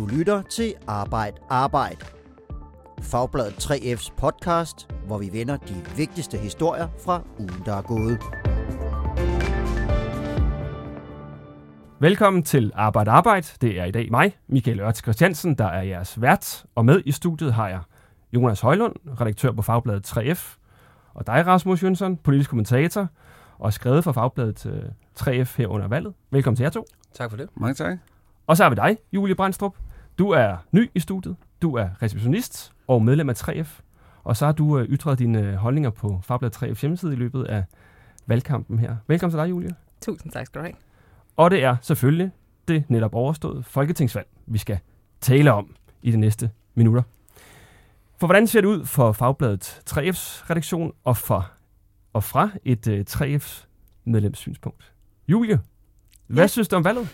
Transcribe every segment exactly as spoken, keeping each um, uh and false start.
lytter til Arbejd Arbejd. Fagbladet tre F's podcast, hvor vi vender de vigtigste historier fra ugen, der er gået. Velkommen til Arbejd Arbejd. Det er i dag mig, Michael Ørts Christiansen, der er jeres vært. Og med i studiet har jeg Jonas Højlund, redaktør på Fagbladet tre F. Og dig, Rasmus Jønsson, politisk kommentator og skrevet for Fagbladet tre F her under valget. Velkommen til jer to. Tak for det. Mange tak. Og så har vi dig, Julie Brandstrup. Du er ny i studiet. Du er receptionist og medlem af tre F. Og så har du ytret dine holdninger på Fagbladet tre F's hjemmeside i løbet af valgkampen her. Velkommen til dig, Julie. Tusind tak skal du have. Og det er selvfølgelig det netop overståede folketingsvalg, vi skal tale om i de næste minutter. For hvordan ser det ud for Fagbladet tre F's redaktion og, for, og fra et uh, tre F's medlemssynspunkt? Julie, hvad ja. synes du om valget?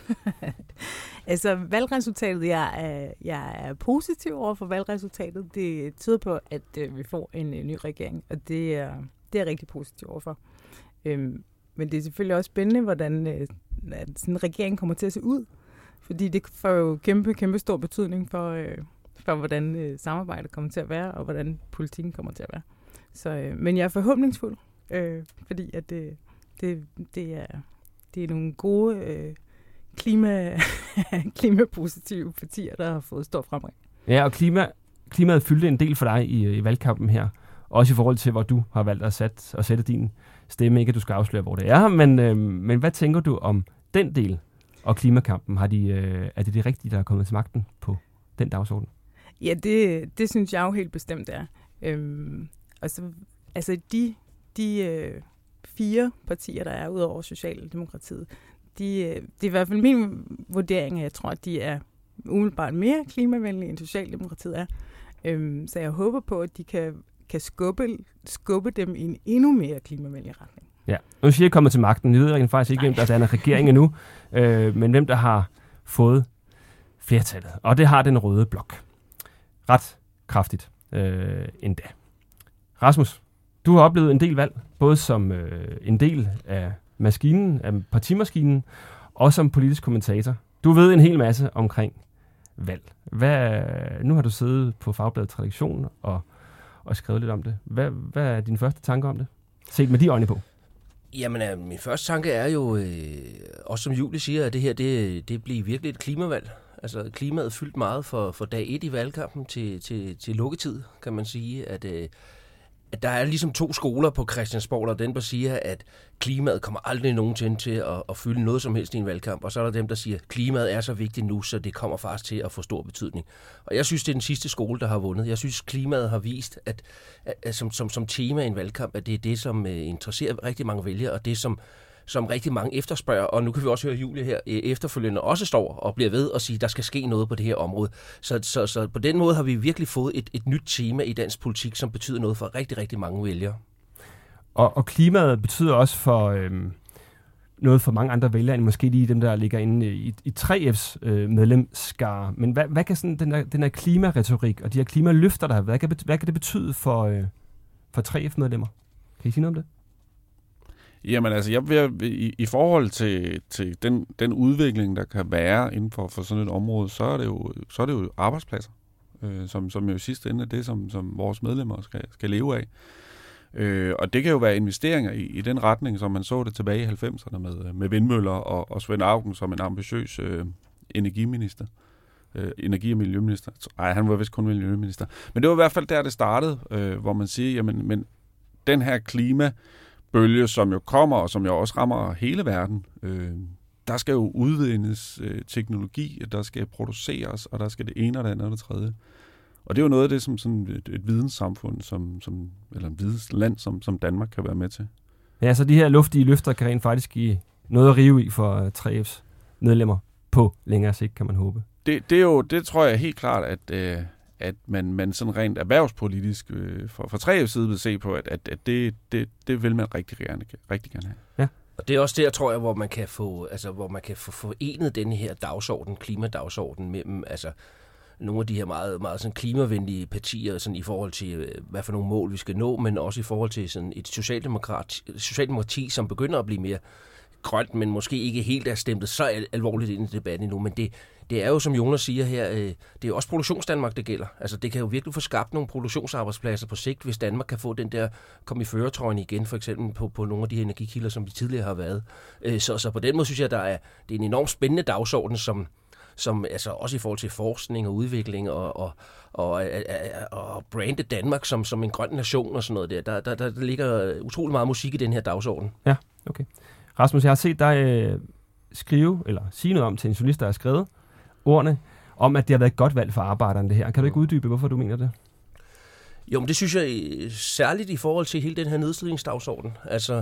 altså valgresultatet, jeg er, jeg er positiv over for valgresultatet. Det tyder på, at uh, vi får en uh, ny regering, og det er, det er rigtig positiv overfor. Øhm, men det er selvfølgelig også spændende, hvordan uh, at sådan en regering kommer til at se ud, fordi det får jo kæmpe, kæmpe stor betydning for, uh, for hvordan uh, samarbejdet kommer til at være, og hvordan politikken kommer til at være. Så, uh, men jeg er forhåbningsfuld, uh, fordi at det, det, det er... Det er nogle gode øh, klima, klimapositive partier, der har fået stor fremgang. Ja, og klima, klimaet fyldte en del for dig i, i valgkampen her. Også i forhold til, hvor du har valgt at sætte, at sætte din stemme. Ikke at du skal afsløre, hvor det er. Men, øh, men hvad tænker du om den del og klimakampen? Har de, øh, er det de rigtige, der er kommet til magten på den dagsorden? Ja, det, det synes jeg jo helt bestemt er. Øhm, og så, altså de... de øh, fire partier, der er ud over Socialdemokratiet, de, det er i hvert fald min vurdering, at jeg tror, at de er umiddelbart mere klimavenlige, end Socialdemokratiet er. Øhm, så jeg håber på, at de kan, kan skubbe, skubbe dem i en endnu mere klimavenlig retning. Ja, nu siger jeg kommer til magten. Vi ved rent faktisk ikke, hvem der er en regering endnu, øh, men hvem der har fået flertallet. Og det har den røde blok. Ret kraftigt øh, endda. Rasmus, du har oplevet en del valg, både som øh, en del af maskinen, af partimaskinen, og som politisk kommentator. Du ved en hel masse omkring valg. Hvad, nu har du siddet på Fagbladets redaktion og, og skrevet lidt om det. Hvad, hvad er dine første tanker om det? Set med de øjne på. Jamen, øh, min første tanke er jo, øh, også som Julie siger, at det her, det, det bliver virkelig et klimavalg. Altså, klimaet fyldt meget for, for dag et i valgkampen til, til, til lukketid, kan man sige, at... Øh, at der er ligesom to skoler på Christiansborg, der den, der siger, at klimaet kommer aldrig nogensinde til at, at fylde noget som helst i en valgkamp. Og så er der dem, der siger, at klimaet er så vigtigt nu, så det kommer faktisk til at få stor betydning. Og jeg synes, det er den sidste skole, der har vundet. Jeg synes, klimaet har vist, at, at, at som, som, som tema i en valgkamp, at det er det, som interesserer rigtig mange vælgere, og det, som som rigtig mange efterspørger, og nu kan vi også høre Julie her efterfølgende også står og bliver ved og sige, at der skal ske noget på det her område. Så, så, så på den måde har vi virkelig fået et, et nyt tema i dansk politik, som betyder noget for rigtig, rigtig mange vælgere. Og, og klimaet betyder også for øhm, noget for mange andre vælgere, end måske lige dem, der ligger inde i, i tre F's øh, medlemsskare. Men hvad, hvad kan sådan den der, den der klimaretorik og de her klimaløfter, der har været, hvad kan, hvad kan det betyde for, øh, for tre F-medlemmer? Kan I sige noget om det? Jamen altså, jeg vil, i, i forhold til, til den, den udvikling, der kan være inden for, for sådan et område, så er det jo, så er det jo arbejdspladser, øh, som, som jo i sidste ende er det, som, som vores medlemmer skal, skal leve af. Øh, og det kan jo være investeringer i, i den retning, som man så det tilbage i halvfemserne med, med vindmøller og, og Svend Auken som en ambitiøs øh, energiminister. Øh, energi- og miljøminister. Nej, han var vist kun miljøminister. Men det var i hvert fald der, det startede, øh, hvor man siger, jamen, men den her klima bølge, som jo kommer, og som jo også rammer hele verden. Øh, der skal jo udvindes øh, teknologi, der skal produceres, og der skal det ene og det andet og det tredje. Og det er jo noget af det, som sådan et, et videnssamfund, som, som, eller et vidensland, som, som Danmark kan være med til. Ja, så de her luftige løfter kan rent faktisk give noget at rive i for tre F's medlemmer på længere sigt, kan man håbe. Det, det, er jo, det tror jeg helt klart, at... Øh, at man, man sådan rent erhvervspolitisk øh, fra, fra tre F's side vil se på, at, at, at det, det, det vil man rigtig gerne, rigtig gerne have. Ja. Og det er også der, tror jeg, hvor man kan få, altså, hvor man kan få forenet denne her dagsorden, klimadagsorden, mellem altså, nogle af de her meget, meget sådan klimavenlige partier sådan, i forhold til, hvad for nogle mål vi skal nå, men også i forhold til sådan et socialdemokrat, socialdemokrati, som begynder at blive mere grønt, men måske ikke helt er stemtet så al- alvorligt ind i debatten endnu. Men det, det er jo, som Jonas siger her, øh, det er også produktionsdanmark, det gælder. Altså det kan jo virkelig få skabt nogle produktionsarbejdspladser på sigt, hvis Danmark kan få den der, komme i førertrøjen igen, for eksempel på, på nogle af de energikilder, som de tidligere har været. Øh, så, så på den måde synes jeg, der er, det er en enormt spændende dagsorden, som som altså også i forhold til forskning og udvikling og, og, og, og, og brande Danmark som, som en grøn nation og sådan noget der. Der, der, der ligger utrolig meget musik i den her dagsorden. Ja, okay. Rasmus, jeg har set dig øh, skrive, eller sige noget om til en journalist, der har skrevet ordene, om at det har været et godt valg for arbejderne det her. Kan du ikke uddybe, hvorfor du mener det? Jo, men det synes jeg særligt i forhold til hele den her nedslidningsdagsorden. Altså,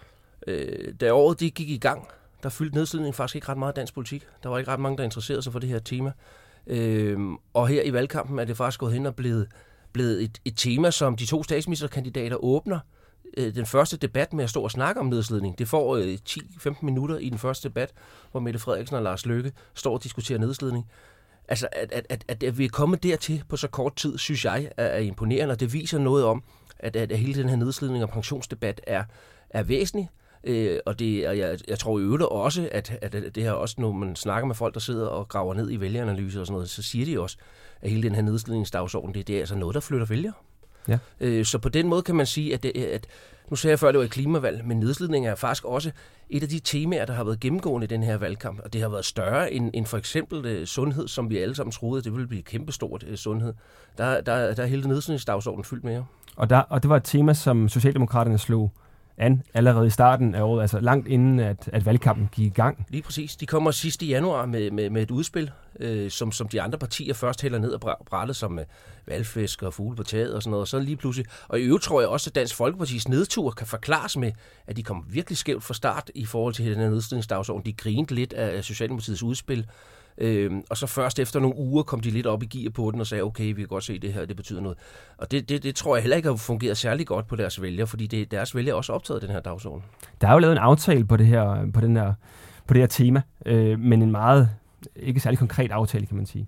øh, da året det gik i gang, der fyldte nedslidning faktisk ikke ret meget dansk politik. Der var ikke ret mange, der interesserede sig for det her tema. Øhm, og her i valgkampen er det faktisk gået hen og blevet, blevet et, et tema, som de to statsministerkandidater åbner øh, den første debat med at stå og snakke om nedslidning. Det får øh, ti til femten minutter i den første debat, hvor Mette Frederiksen og Lars Løkke står og diskuterer nedslidning. Altså, at, at, at, at vi er kommet dertil på så kort tid, synes jeg, er, er imponerende, og det viser noget om, at, at, at hele den her nedslidning og pensionsdebat er, er væsentlig. Øh, og det, og jeg, jeg tror i øvrigt også, at, at det her også, når man snakker med folk, der sidder og graver ned i vælgeranalyser og sådan noget, så siger de også, at hele den her nedslidningsdagsorden, det, det er altså noget, der flytter vælgere. Ja. Øh, så på den måde kan man sige, at, det, at nu sagde jeg før, det var et klimavalg, men nedslidning er faktisk også et af de temaer, der har været gennemgående i den her valgkamp, og det har været større end, end for eksempel uh, sundhed, som vi alle sammen troede, det ville blive kæmpestort uh, sundhed. Der, der, der er hele nedslidningsdagsordenen fyldt med jer. Og, der, og det var et tema, som Socialdemokraterne slog an allerede i starten af året, altså langt inden, at, at valgkampen gik i gang. Lige præcis. De kommer sidst i januar med, med, med et udspil, øh, som, som de andre partier først hælder ned og brættet, som øh, valgfisk og fugle på taget og sådan noget. Og så lige pludselig. Og i øvrigt tror jeg også, at Dansk Folkepartis nedtur kan forklares med, at de kom virkelig skævt fra start i forhold til den her nedslidningsdagsorden. De grinede lidt af Socialdemokratiets udspil. Øhm, og så først efter nogle uger kom de lidt op i gear på den og sagde, okay, vi kan godt se det her, det betyder noget. Og det, det, det tror jeg heller ikke har fungeret særlig godt på deres vælgere, fordi det, deres vælgere også optaget den her dagsorden. Der er jo lavet en aftale på det her, på den her, på det her tema, øh, men en meget, ikke særlig konkret aftale, kan man sige.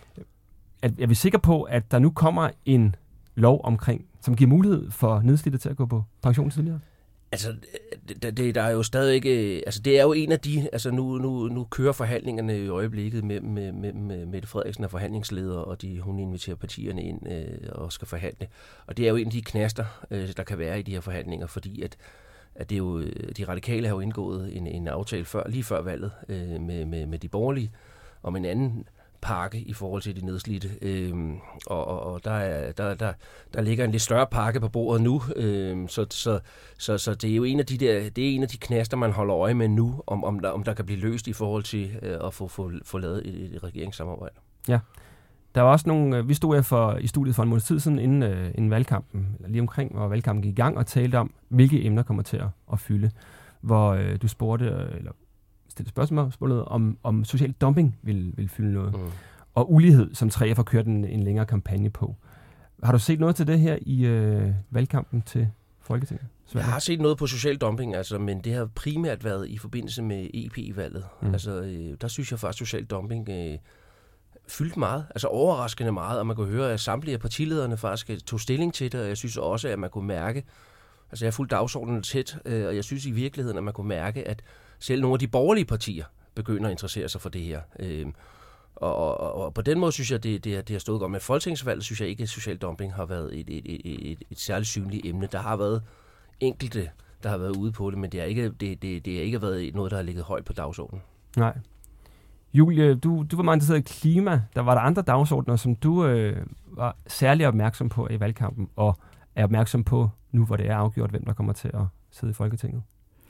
Er, er vi sikre på, at der nu kommer en lov omkring, som giver mulighed for nedslidte til at gå på pension tidligere? Altså, det, det, der er jo stadig ikke... Altså, det er jo en af de... Altså, nu, nu, nu kører forhandlingerne i øjeblikket med, med, med, med Mette Frederiksen og forhandlingsleder, og de, hun inviterer partierne ind øh, og skal forhandle. Og det er jo en af de knaster, øh, der kan være i de her forhandlinger, fordi at, at det er jo, de radikale har jo indgået en, en aftale før, lige før valget øh, med, med, med de borgerlige om en anden pakke i forhold til de nedslidte. Øhm, og og, og der, er, der, der, der ligger en lidt større pakke på bordet nu, øhm, så, så, så, så det er jo en af de der, det er en af de knaster, man holder øje med nu, om, om, der, om der kan blive løst i forhold til øh, at få, få, få lavet et, et regeringssamarbejde. Ja. Der var også nogle, vi stod her for, i studiet for en måneds tid siden, inden, øh, inden valgkampen, eller lige omkring, hvor valgkampen gik i gang, og talte om, hvilke emner kommer til at, at fylde. Hvor øh, du spurgte, eller stille spørgsmålet, om, om social dumping vil, vil fylde noget. Mm. Og ulighed, som tre F har kørt en, en længere kampagne på. Har du set noget til det her i øh, valgkampen til Folketinget? Jeg har set noget på social dumping, altså, men det har primært været i forbindelse med E P-valget. Mm. Altså, øh, der synes jeg faktisk, at social dumping øh, fyldte meget, altså overraskende meget, og man kunne høre, at samtlige af partilederne faktisk tog stilling til det, og jeg synes også, at man kunne mærke, altså jeg fulgte dagsordenen tæt, øh, og jeg synes i virkeligheden, at man kunne mærke, at selv nogle af de borgerlige partier begynder at interessere sig for det her. Øh, og, og, og på den måde synes jeg, det, det, det har stået godt. Med folketingsvalget synes jeg ikke, at social dumping har været et, et, et, et, et særligt synligt emne. Der har været enkelte, der har været ude på det, men det har ikke, det, det, det har ikke været noget, der har ligget højt på dagsordenen. Nej. Julie, du, du var meget interesseret i klima. Der var der andre dagsordner, som du øh, var særlig opmærksom på i valgkampen, og er opmærksom på nu, hvor det er afgjort, hvem der kommer til at sidde i Folketinget.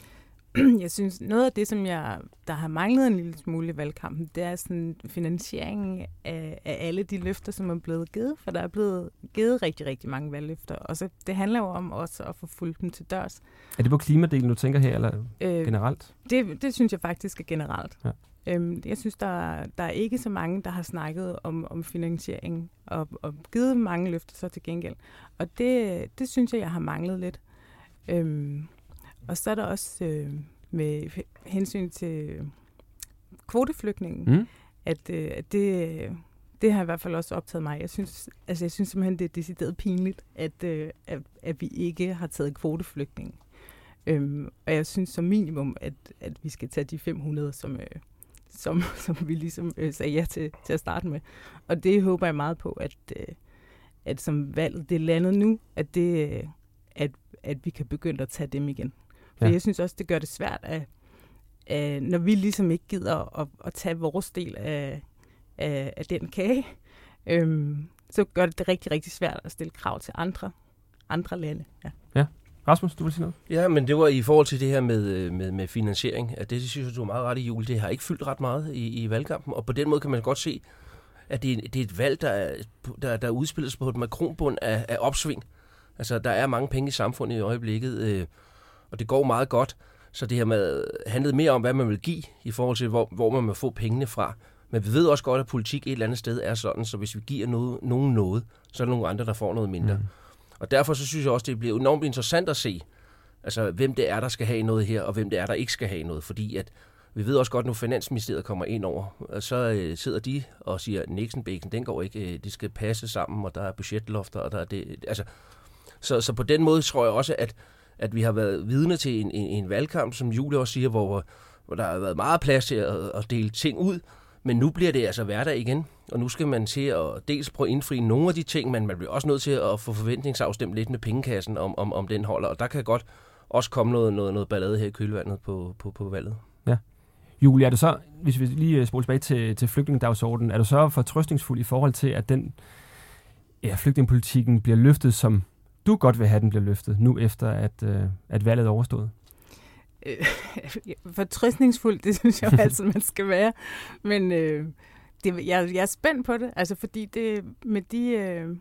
Jeg synes, noget af det, som jeg, der har manglet en lille smule i valgkampen, det er sådan finansieringen af, af alle de løfter, som er blevet givet, for der er blevet givet rigtig, rigtig mange valgløfter, og så det handler jo om også at få fulgt dem til dørs. Er det på klimadelen, du tænker her, eller øh, generelt? Det, det synes jeg faktisk er generelt. Ja. Øhm, jeg synes, der, der er ikke så mange, der har snakket om, om finansiering og, og givet mange løfter så til gengæld. Og det, det synes jeg, jeg har manglet lidt. Øhm, og så er der også øh, med hensyn til kvoteflygtningen, mm. at, øh, at det, det har i hvert fald også optaget mig. Jeg synes, altså jeg synes simpelthen, det er decideret pinligt, at, øh, at, at vi ikke har taget kvoteflygtningen. Øhm, og jeg synes som minimum, at, at vi skal tage de fem hundrede, som, øh, som, som vi ligesom øh, sagde ja til, til at starte med. Og det håber jeg meget på, at, øh, at som valget det er landet nu, at, det, øh, at, at vi kan begynde at tage dem igen. For ja. Jeg synes også, det gør det svært, at, at når vi ligesom ikke gider at, at tage vores del af, af, af den kage, øhm, så gør det det rigtig, rigtig svært at stille krav til andre, andre lande. Ja. Ja. Rasmus, du vil sige noget? Ja, men det var i forhold til det her med, med, med finansiering. At det, det synes jeg, du er meget ret i, Jul. Det har ikke fyldt ret meget i, i valgkampen, og på den måde kan man godt se, at det er, det er et valg, der, er, der, der udspilles på et makronbund af, af opsving. Altså, der er mange penge i samfundet i øjeblikket, øh, og det går meget godt. Så det her med handlede mere om, hvad man vil give, i forhold til, hvor, hvor man vil få pengene fra. Men vi ved også godt, at politik et eller andet sted er sådan, så hvis vi giver noget, nogen noget, så er der nogle andre, der får noget mindre. Mm. Og derfor så synes jeg også, det bliver enormt interessant at se, altså, hvem det er, der skal have noget her, og hvem det er, der ikke skal have noget. Fordi at vi ved også godt, når Finansministeriet kommer ind over, så øh, sidder de og siger, Nixon-bækken, den går ikke, det skal passe sammen, og der er budgetlofter, og der er det. Altså, så, så på den måde tror jeg også, at, at vi har været vidne til en, en, en valgkamp, som Julie også siger, hvor, hvor der har været meget plads til at, at dele ting ud. Men nu bliver det altså hverdag igen, og nu skal man til at dels prøve at indfri nogle af de ting, men man bliver også nødt til at få forventningsafstemt lidt med pengekassen, om, om, om den holder. Og der kan godt også komme noget, noget, noget ballade her i kølvandet på, på, på valget. Ja. Julie, er du så, hvis vi lige spoler tilbage til, til flygtningedagsordenen, er du så fortrøstningsfuld i forhold til, at den ja, flygtningepolitikken bliver løftet, som du godt vil have, den bliver løftet, nu efter at, øh, at valget er overstået? Fortrøstningsfuld, det synes jeg altid, man skal være. Men øh, det, jeg, jeg er spændt på det, altså fordi det med de, øh,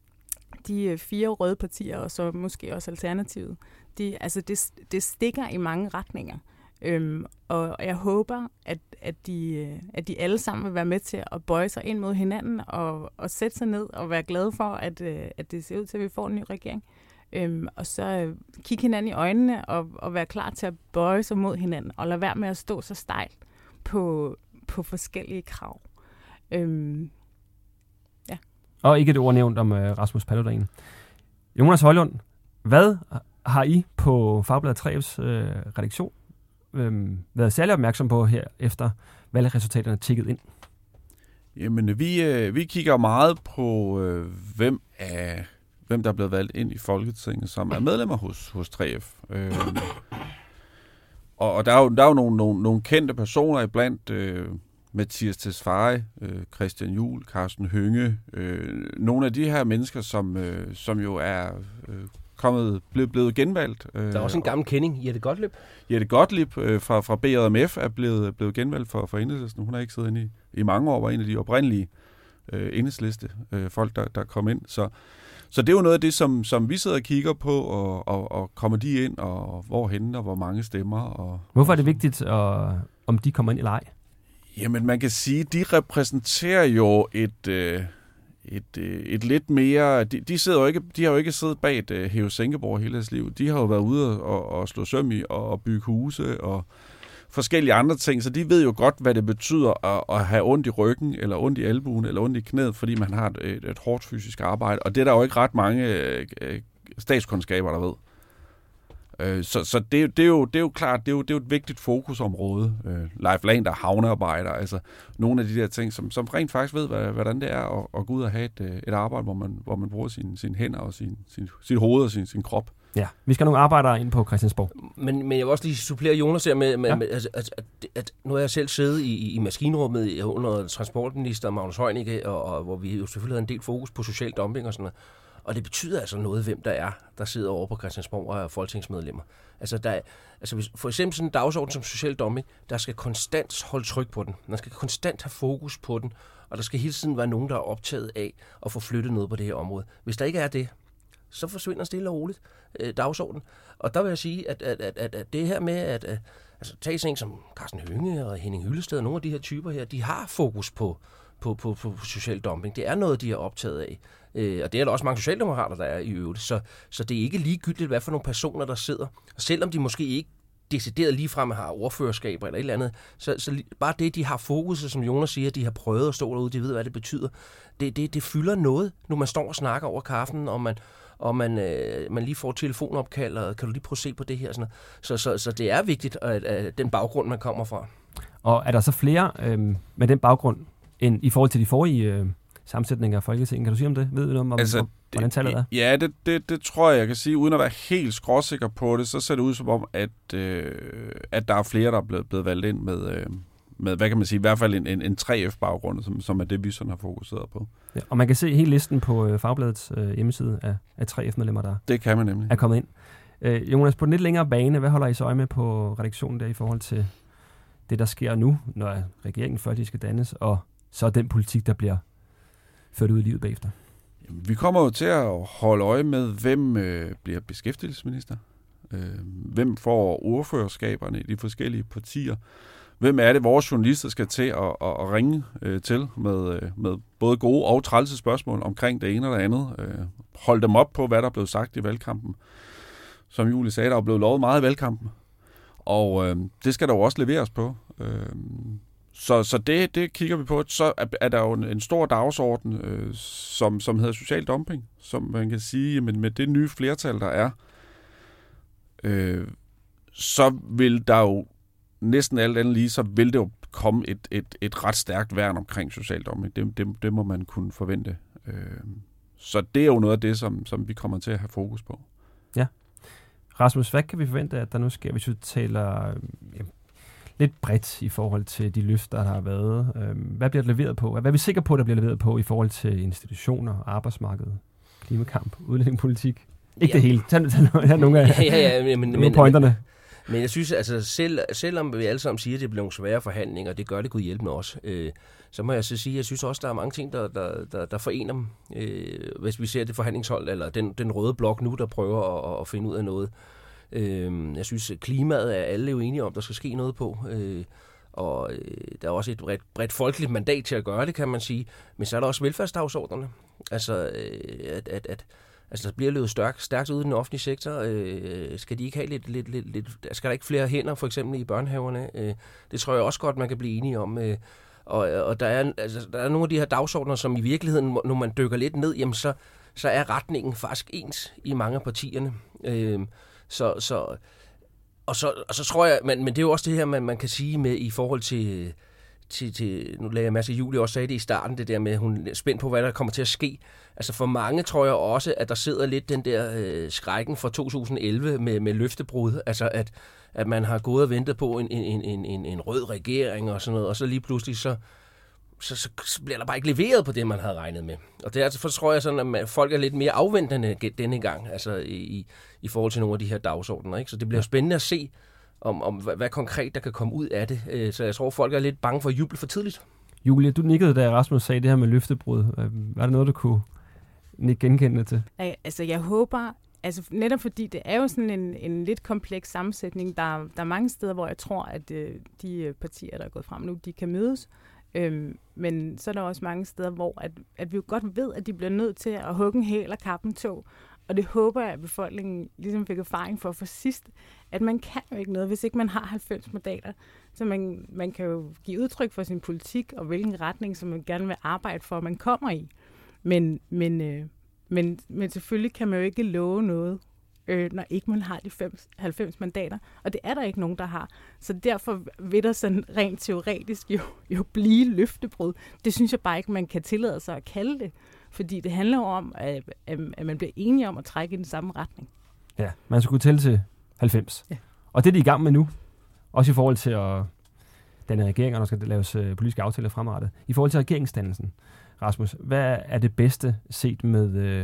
de fire røde partier, og så måske også Alternativet, de, altså det, det stikker i mange retninger. Øhm, og jeg håber, at, at, de, at de alle sammen vil være med til at bøje sig ind mod hinanden og, og sætte sig ned og være glade for, at, at det ser ud til, at vi får en ny regering. Øhm, og så øh, kigge hinanden i øjnene og, og være klar til at bøje sig mod hinanden og lade være med at stå så stejlt på, på forskellige krav. Øhm, ja. Og ikke et ord nævnt om øh, Rasmus Paludan. Jonas Højlund, hvad har I på Fagbladet tre F's øh, redaktion øh, været særlig opmærksom på her efter valgresultaterne tikket ind? Jamen, vi, øh, vi kigger meget på, øh, hvem af hvem der er blevet valgt ind i Folketinget, som er medlemmer hos, hos tre F. Øh, og, og der er jo, der er jo nogle, nogle, nogle kendte personer iblandt, øh, Mathias Tesfaye, øh, Christian Juhl, Carsten Hønge, øh, nogle af de her mennesker, som, øh, som jo er øh, kommet, blevet, blevet genvalgt. Øh, der er også en gammel kending, Jette Gottlieb. Jette Gottlieb øh, fra, fra B J M F er blevet, blevet genvalgt for, for Enhedslisten. Hun har ikke siddet inde i, i mange år, var en af de oprindelige øh, Enhedsliste øh, folk, der, der kom ind. Så Så det er jo noget af det, som, som vi sidder og kigger på, og, og, og kommer de ind, og hvorhen, og hvor mange stemmer. Og, Hvorfor er det vigtigt, og, om de kommer ind eller ej? Jamen, man kan sige, de repræsenterer jo et, øh, et, øh, et lidt mere... De, de, sidder jo ikke, de har jo ikke siddet bag et øh, Hæve Sænkeborg hele deres liv. De har jo været ude og, og slå søm i, og, og bygge huse, og forskellige andre ting, så de ved jo godt, hvad det betyder at, at have ondt i ryggen, eller ondt i albuen, eller ondt i knæet, fordi man har et, et, et hårdt fysisk arbejde, og det er der jo ikke ret mange øh, statskundskaber, der ved. Øh, så så det, det, er jo, det er jo klart, det er jo, det er jo et vigtigt fokusområde. Øh, Leif Lahn, der er havnearbejder, altså nogle af de der ting, som, som rent faktisk ved, hvad, hvordan det er at, at gå ud og have et, et arbejde, hvor man, hvor man bruger sine sin hænder og sin, sin, sit hoved og sin, sin krop. Ja, vi skal have nogle arbejdere ind på Christiansborg. Men, men jeg vil også lige supplere Jonas her med, med, ja. med altså, at, at, at nu har jeg selv siddet i, i maskinrummet under transportminister Magnus Heunicke, og, og hvor vi jo selvfølgelig havde en del fokus på social dumping og sådan noget. Og det betyder altså noget, hvem der er, der sidder over på Christiansborg og er folketingsmedlemmer. Altså, der er, altså hvis, for eksempel sådan en dagsorden som social dumping, der skal konstant holde tryk på den. Man skal konstant have fokus på den, og der skal hele tiden være nogen, der er optaget af at få flyttet noget på det her område. Hvis der ikke er det, så forsvinder stille og roligt øh, dagsordenen. Og der vil jeg sige, at, at, at, at, at det her med, at, at altså, tage sådan en som Carsten Hønge og Henning Hyllested og nogle af de her typer her, de har fokus på, på, på, på social dumping. Det er noget, de er optaget af. Øh, og det er der også mange socialdemokrater, der er i øvrigt. Så, så det er ikke ligegyldigt, hvad for nogle personer, der sidder. Og selvom de måske ikke decideret ligefrem har ordførerskaber eller et eller andet. Så, så bare det, de har fokus, som Jonas siger, de har prøvet at stå derude, de ved, hvad det betyder. Det, det, det fylder noget, når man står og snakker over kaffen, og man, og man, øh, man lige får telefonopkald, og kan du lige prøve at se på det her? Sådan så, så, så det er vigtigt, at, at den baggrund, man kommer fra. Og er der så flere øh, med den baggrund, end i forhold til de forrige øh, sammensætninger af Folketinget? Kan du sige om det? Ved du noget om, altså, om hvordan tallet er? Ja, det, det, det tror jeg, jeg kan sige. Uden at være helt skråsikker på det, så ser det ud som om, at, øh, at der er flere, der er blevet, blevet valgt ind med, øh, med, hvad kan man sige, i hvert fald en, en, en tre F-baggrund, som, som er det, vi sådan har fokuseret på. Ja, og man kan se hele listen på øh, Fagbladets øh, hjemmeside af, af tre F-medlemmer, der det kan man nemlig. er kommet ind. Øh, Jonas, på den lidt længere bane, hvad holder I så øje med på redaktionen der i forhold til det, der sker nu, når regeringen før de skal dannes, og så den politik, der bliver ført ud i livet bagefter? Vi kommer jo til at holde øje med, hvem øh, bliver beskæftigelsesminister, øh, hvem får ordførerskaberne i de forskellige partier, hvem er det, vores journalister skal til at, at, at ringe øh, til med, øh, med både gode og trælse spørgsmål omkring det ene og det andet. Øh, hold dem op på, hvad der er blevet sagt i valgkampen. Som Julie sagde, der er blevet lovet meget i valgkampen, og øh, det skal der jo også leveres på. Øh, Så, så det, det kigger vi på. Så er, er der jo en, en stor dagsorden, øh, som, som hedder social dumping, som man kan sige, men med det nye flertal, der er, øh, så vil der jo næsten alt andet lige, så vil det jo komme et, et, et ret stærkt værn omkring social dumping. Det, det, det må man kunne forvente. Øh, så det er jo noget af det, som, som vi kommer til at have fokus på. Ja. Rasmus, hvad kan vi forvente, at der nu sker, hvis vi taler ja, lidt bredt i forhold til de løfter, der har været? Hvad bliver der leveret på? Hvad er vi sikre på, der bliver leveret på i forhold til institutioner, arbejdsmarked, klimakamp, udlændingepolitik? Ikke ja. det hele. Tag, tag, tag nogle af, ja, ja, ja, men, nogle men, pointerne. Men, men jeg synes, altså selv, selvom vi alle sammen siger, at det bliver nogle svære forhandlinger, og det gør det Gud hjælpe med os, øh, så må jeg så sige, at jeg synes også, der er mange ting, der, der, der, der forener dem. Øh, hvis vi ser det forhandlingshold, eller den, den røde blok nu, der prøver at, at finde ud af noget. Øh, jeg synes, klimaet er alle jo enige om, der skal ske noget på. Øh, og øh, der er også et bredt, bredt folkeligt mandat til at gøre det, kan man sige. Men så er der også velfærdsdagsordnerne. Altså, øh, at, at, at altså, der bliver løbet stærkt, stærkt ude i den offentlige sektor. Øh, skal de ikke have lidt, lidt, lidt, lidt... Skal der ikke flere hænder, for eksempel i børnehaverne? Øh, det tror jeg også godt, man kan blive enige om. Øh, og og der, er, altså, der er nogle af de her dagsordner, som i virkeligheden, når man dykker lidt ned, jamen så, så er retningen faktisk ens i mange af partierne. Øh, så... så Og så, og så tror jeg, men, men det er jo også det her, man, man kan sige med i forhold til, til, til nu lagde jeg masser af Julie også sagde det i starten, det der med, hun er spændt på, hvad der kommer til at ske. Altså for mange tror jeg også, at der sidder lidt den der øh, skrækken fra to tusind og elleve med, med løftebrud. Altså at, at man har gået og ventet på en, en, en, en, en rød regering og sådan noget, og så lige pludselig så, så, så, så bliver der bare ikke leveret på det, man havde regnet med. Og derfor tror jeg sådan, at folk er lidt mere afventende denne gang, altså i, i forhold til nogle af de her dagsordner. Ikke? Så det bliver spændende at se, om, om hvad, hvad konkret der kan komme ud af det. Så jeg tror, folk er lidt bange for at juble for tidligt. Julie, du nikkede, da Rasmus sagde det her med løftebrud. Var det noget, du kunne nikke genkendende til? Altså, jeg håber, altså netop fordi det er jo sådan en, en lidt kompleks sammensætning. Der, der er mange steder, hvor jeg tror, at øh, de partier, der er gået frem nu, de kan mødes. Øhm, men så er der også mange steder, hvor at, at vi jo godt ved, at de bliver nødt til at hugge en hæl og kappe en tog. Og det håber jeg, at befolkningen ligesom fik erfaring for for sidst, at man kan jo ikke noget, hvis ikke man har halvfems mandater. Så man, man kan jo give udtryk for sin politik, og hvilken retning, som man gerne vil arbejde for, at man kommer i. Men, men, øh, men, men selvfølgelig kan man jo ikke love noget, øh, når ikke man har de halvfems mandater. Og det er der ikke nogen, der har. Så derfor vil der sådan rent teoretisk jo, jo blive løftebrud. Det synes jeg bare ikke, man kan tillade sig at kalde det. Fordi det handler jo om, at, at man bliver enige om at trække i den samme retning. Ja, man skulle tælle til halvfems. Ja. Og det er de i gang med nu. Også i forhold til at danne regeringer, der skal laves politiske aftaler fremadrettet. I forhold til regeringsdannelsen, Rasmus, hvad er det bedste set med øh,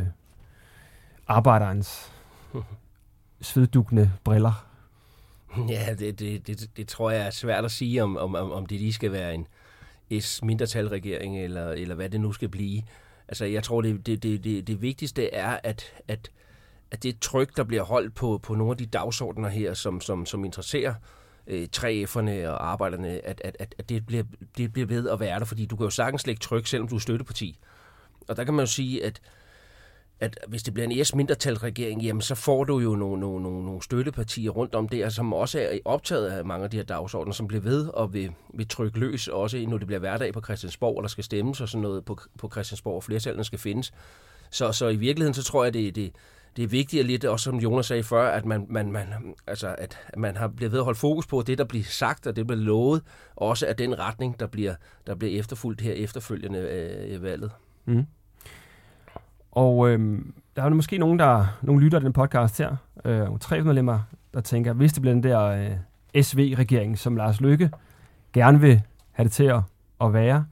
arbejderens sveddugende briller? Ja, det, det, det, det tror jeg er svært at sige, om, om, om det lige skal være en S-mindretalregering, eller, eller hvad det nu skal blive. Altså, jeg tror, det, det, det, det, det vigtigste er, at, at, at det tryk, der bliver holdt på, på nogle af de dagsordner her, som, som, som interesserer øh, tre F'erne og arbejderne, at, at, at, at det, bliver, det bliver ved at være der, fordi du kan jo sagtens lægge tryk, selvom du er støtteparti. Og der kan man jo sige, at at hvis det bliver en S-mindretalsregering, jamen så får du jo nogle, nogle, nogle, nogle støttepartier rundt om det, som også er optaget af mange af de her dagsordner, som bliver ved og vil, vil trykke løs, også når det bliver hverdag på Christiansborg, og der skal stemmes og sådan noget på, på Christiansborg, og flertallene skal findes. Så, så i virkeligheden, så tror jeg, det, det, det er vigtigt, lidt også som Jonas sagde før, at man, man, man, altså, at man har bliver ved at holde fokus på det, der bliver sagt, og det bliver lovet, og også af den retning, der bliver, der bliver efterfulgt her efterfølgende øh, valget. Mm. Og øh, der er jo måske nogen, der nogle lytter af den podcast her, øh, tre medlemmer, der tænker, hvis det bliver den der øh, S V-regering, som Lars Løkke gerne vil have det til at, at være,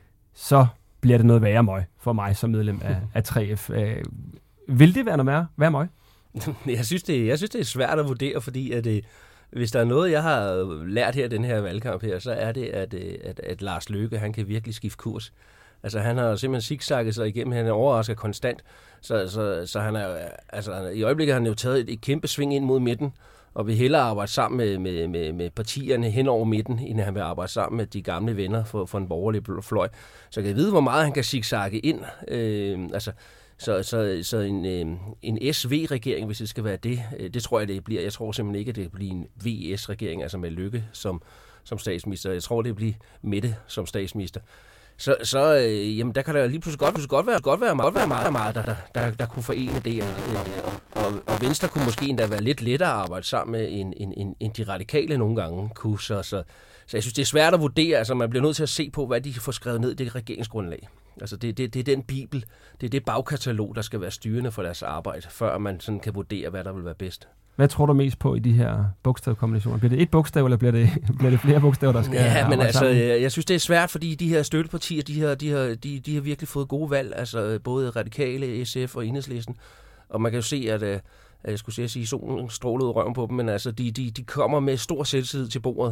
så bliver det noget værre møg for mig som medlem af, af tre F. Øh, vil det være noget værre, værre møg? Jeg synes, det, jeg synes, det er svært at vurdere, fordi at, øh, hvis der er noget, jeg har lært her i den her valgkamp her, så er det, at, øh, at, at Lars Løkke, han kan virkelig skifte kurs. Altså, han har simpelthen zigzagget sig igennem, han er overrasket konstant, så, så, så han er, altså, i øjeblikket har han jo taget et, et kæmpe sving ind mod midten, og vil hellere arbejde sammen med, med, med, med partierne hen over midten, end han vil arbejde sammen med de gamle venner for, for en borgerlig fløj. Så kan jeg vide, hvor meget han kan zigzagge ind. Øh, altså, så, så, så en, øh, en S V-regering, hvis det skal være det, øh, det tror jeg, det bliver. Jeg tror simpelthen ikke, at det bliver en V S-regering, altså med Løkke som, som statsminister. Jeg tror, det bliver Mette som statsminister. Så, så øh, jamen, der kan der lige pludselig godt, pludselig godt være, godt være, godt være meget, meget der, der, der, der kunne forene det. Og, og, og Venstre kunne måske endda være lidt lettere at arbejde sammen med, end, end, end, end de radikale nogle gange kunne. Så, så, så jeg synes, det er svært at vurdere. Altså, man bliver nødt til at se på, hvad de får skrevet ned i det regeringsgrundlag. Altså, det, det, det er den bibel, det er det bagkatalog, der skal være styrende for deres arbejde, før man sådan kan vurdere, hvad der vil være bedst. Hvad tror du mest på i de her bogstavkombinationer? Bliver det et bogstav, eller bliver det, bliver det flere bogstaver, der skal Ja, men altså, sammen? jeg synes, det er svært, fordi de her støttepartier, de har, de har, de, de har virkelig fået gode valg, altså både Radikale, S F og Enhedslisten. Og man kan jo se, at, at jeg skulle sige, at solen strålede røven på dem, men altså, de, de, de kommer med stor selvtillid til bordet.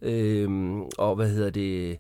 Øhm, og hvad hedder det...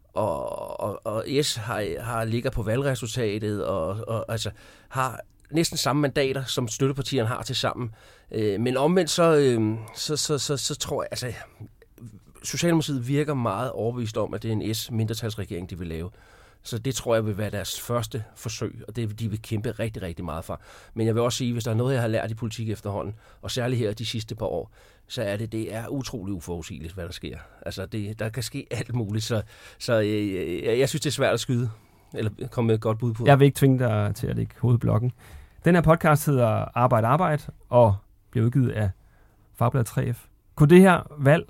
Og, og, og S har, har ligger på valgresultatet, og, og altså har næsten samme mandater, som støttepartierne har til sammen. Øh, men omvendt, så, øh, så, så, så, så tror jeg, altså, Socialdemokratiet virker meget overbevist om, at det er en S-mindretalsregering, de vil lave. Så det tror jeg vil være deres første forsøg, og det de vil kæmpe rigtig, rigtig meget for. Men jeg vil også sige, hvis der er noget, jeg har lært i politik efterhånden, og særligt her de sidste par år, så er det, det er utroligt uforudsigeligt, hvad der sker. Altså, det, der kan ske alt muligt, så, så øh, jeg, jeg synes, det er svært at skyde, eller komme med et godt bud på. Jeg vil ikke tvinge dig til at lægge hovedblokken. Den her podcast hedder Arbejde Arbejde, og bliver udgivet af Fagbladet tre F. Kunne det her valg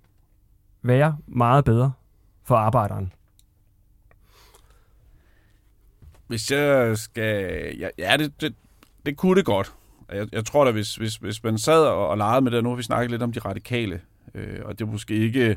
være meget bedre for arbejderen? Hvis jeg skal... Ja, ja det, det, det kunne det godt. Jeg, jeg tror da, hvis, hvis, hvis man sad og, og legede med det, nu har vi snakket lidt om de radikale, øh, og det er måske ikke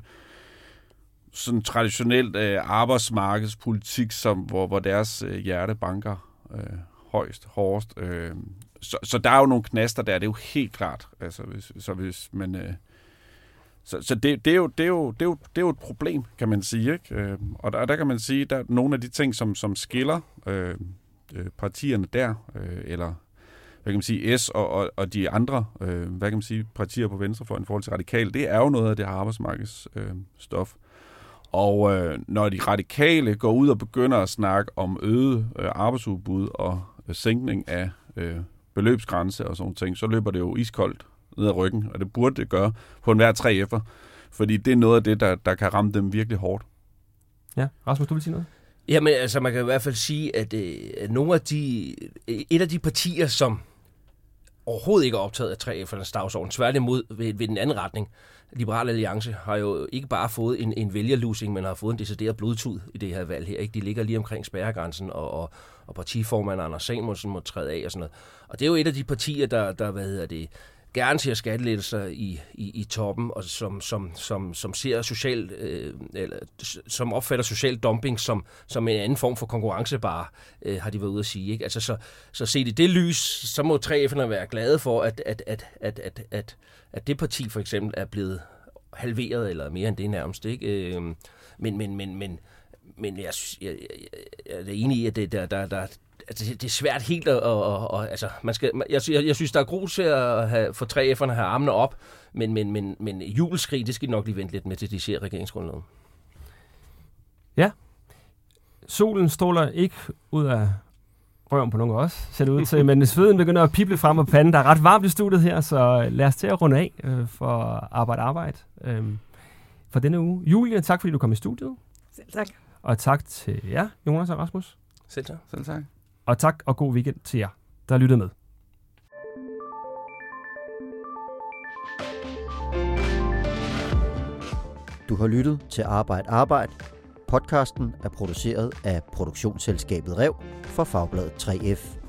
sådan traditionelt øh, arbejdsmarkedspolitik, som, hvor, hvor deres øh, hjerte banker øh, højst, hårdest. Øh, så, så der er jo nogle knaster der, det er jo helt klart. Altså, hvis, så hvis man... Øh, Så, så det, det, er jo, det, er jo, det, er jo, det er jo et problem, kan man sige. Ikke? Øh, og der, der kan man sige, der er nogle af de ting, som, som skiller øh, partierne der, øh, eller hvad kan man sige, S og, og, og de andre, øh, hvad kan man sige, partier på venstrefløjen i forhold til radikale, det er jo noget af det her arbejdsmarkedsstof. Øh, og øh, når de radikale går ud og begynder at snakke om øget øh, arbejdsudbud og øh, sænkning af øh, beløbsgrænse og sådan ting, så løber det jo iskoldt ned ad ryggen, og det burde det gøre på enhver tre F'er, fordi det er noget af det, der, der kan ramme dem virkelig hårdt. Ja, Rasmus, du vil sige noget? Jamen, altså, man kan i hvert fald sige, at, øh, at nogle af de, et af de partier, som overhovedet ikke er optaget af tre F'ernes dagsorden, tværtimod ved, ved den anden retning, Liberal Alliance har jo ikke bare fået en, en vælgerlusing, men har fået en decideret blodtud i det her valg her. Ikke? De ligger lige omkring spærregrænsen, og, og, og partiformand Anders Samuelsen må træde af og sådan noget. Og det er jo et af de partier, der, der hvad hedder det, gerne ser skattelettelser i, i, i toppen, og som, som, som, som ser social, øh, eller som opfatter social dumping som, som en anden form for konkurrencebare, øh, har de været ude at sige. Ikke? Altså, så, så set i det lys, så må tre F'erne være glade for, at, at, at, at, at, at, at det parti for eksempel er blevet halveret, eller mere end det nærmest. Ikke? Øh, men, men, men, men, men jeg, jeg, jeg er enig i, at det, der, der, der Altså, det er svært helt at... Og, og, altså, man skal, jeg, jeg, jeg synes, der er grus til at have, for tre F'erne at have armene op, men, men, men, men jubelskrig, det skal de nok lige vente lidt med, til de ser regeringsgrundlaget. Ja. Solen stråler ikke ud af røven på nogle også, ser det ud til. Men sveden begynder at pible frem og panden. Der er ret varmt i studiet her, så lad os til at runde af øh, for arbejde arbejde øh, for denne uge. Julie, tak fordi du kom i studiet. Selv tak. Og tak til jer, Jonas og Rasmus. Selv tak. Selv tak. Og tak og god weekend til jer, der lyttede med. Du har lyttet til Arbejde Arbejde. Podcasten er produceret af produktionsselskabet Rev for Fagbladet tre F.